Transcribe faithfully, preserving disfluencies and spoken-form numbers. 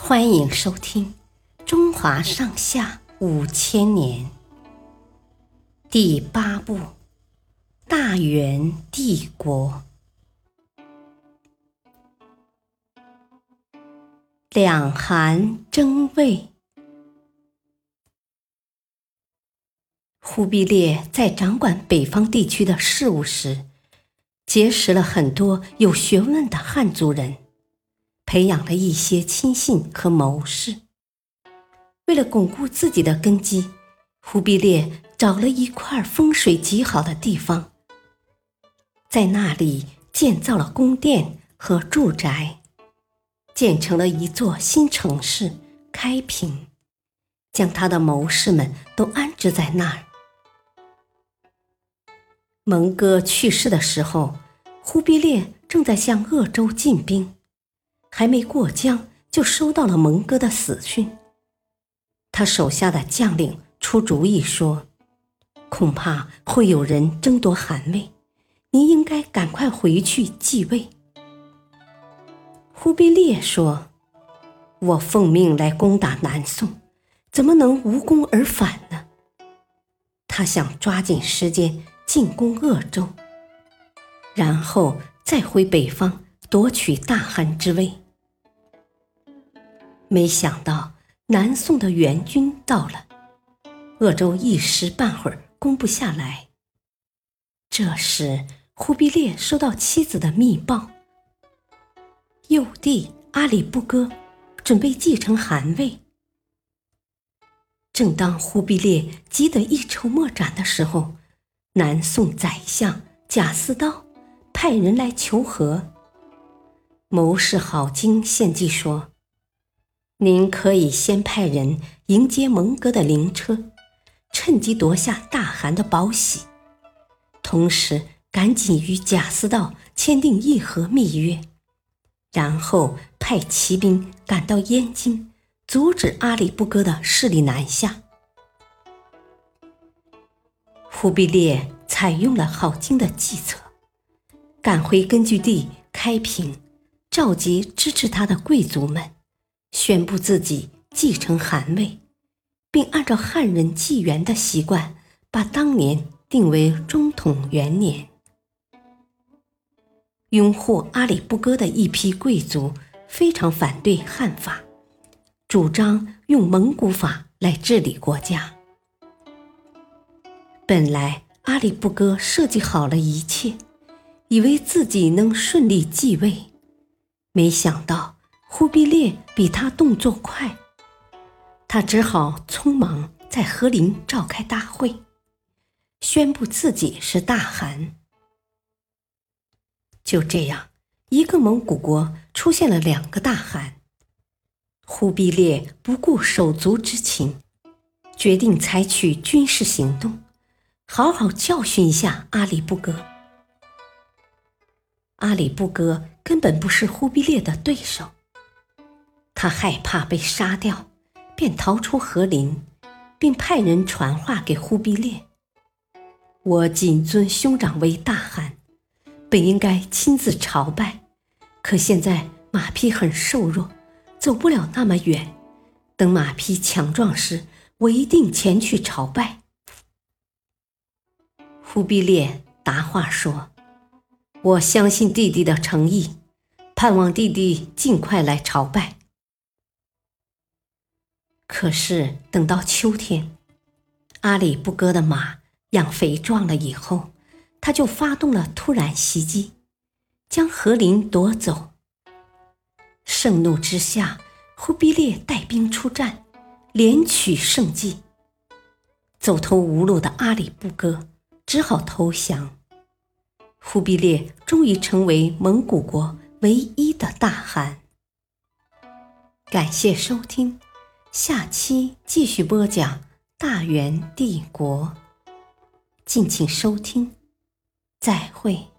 欢迎收听《中华上下五千年》第八部《大元帝国》。两韩争位。忽必烈在掌管北方地区的事务时，结识了很多有学问的汉族人，培养了一些亲信和谋士。为了巩固自己的根基，忽必烈找了一块风水极好的地方，在那里建造了宫殿和住宅，建成了一座新城市开平，将他的谋士们都安置在那儿。蒙哥去世的时候，忽必烈正在向鄂州进兵，还没过江就收到了蒙哥的死讯。他手下的将领出主意说，恐怕会有人争夺汗位，你应该赶快回去继位。忽必烈说，我奉命来攻打南宋，怎么能无功而返呢？他想抓紧时间进攻鄂州，然后再回北方夺取大汗之位。没想到南宋的援军到了，鄂州一时半会儿攻不下来。这时忽必烈收到妻子的密报，幼弟阿里不哥准备继承汗位。正当忽必烈急得一筹莫展的时候，南宋宰相贾似道派人来求和。谋士郝经献计说，您可以先派人迎接蒙哥的灵车，趁机夺下大汗的宝玺，同时赶紧与贾似道签订议和密约，然后派骑兵赶到燕京，阻止阿里不哥的势力南下。忽必烈采用了郝经的计策，赶回根据地开平，召集支持他的贵族们，宣布自己继承汗位，并按照汉人纪元的习惯，把当年定为中统元年。拥护阿里不哥的一批贵族非常反对汉法，主张用蒙古法来治理国家。本来阿里不哥设计好了一切，以为自己能顺利继位，没想到忽必烈比他动作快，他只好匆忙在和林召开大会，宣布自己是大汗。就这样，一个蒙古国出现了两个大汗。忽必烈不顾手足之情，决定采取军事行动，好好教训一下阿里不哥。阿里不哥根本不是忽必烈的对手，他害怕被杀掉，便逃出和林，并派人传话给忽必烈，我谨尊兄长为大汗，本应该亲自朝拜，可现在马匹很瘦弱，走不了那么远，等马匹强壮时，我一定前去朝拜。忽必烈答话说，我相信弟弟的诚意，盼望弟弟尽快来朝拜。可是等到秋天，阿里不哥的马养肥壮了以后，他就发动了突然袭击，将和林夺走。盛怒之下，忽必烈带兵出战，连取胜绩。走投无路的阿里不哥只好投降。忽必烈终于成为蒙古国唯一的大汗。感谢收听，下期继续播讲大元帝国，敬请收听，再会。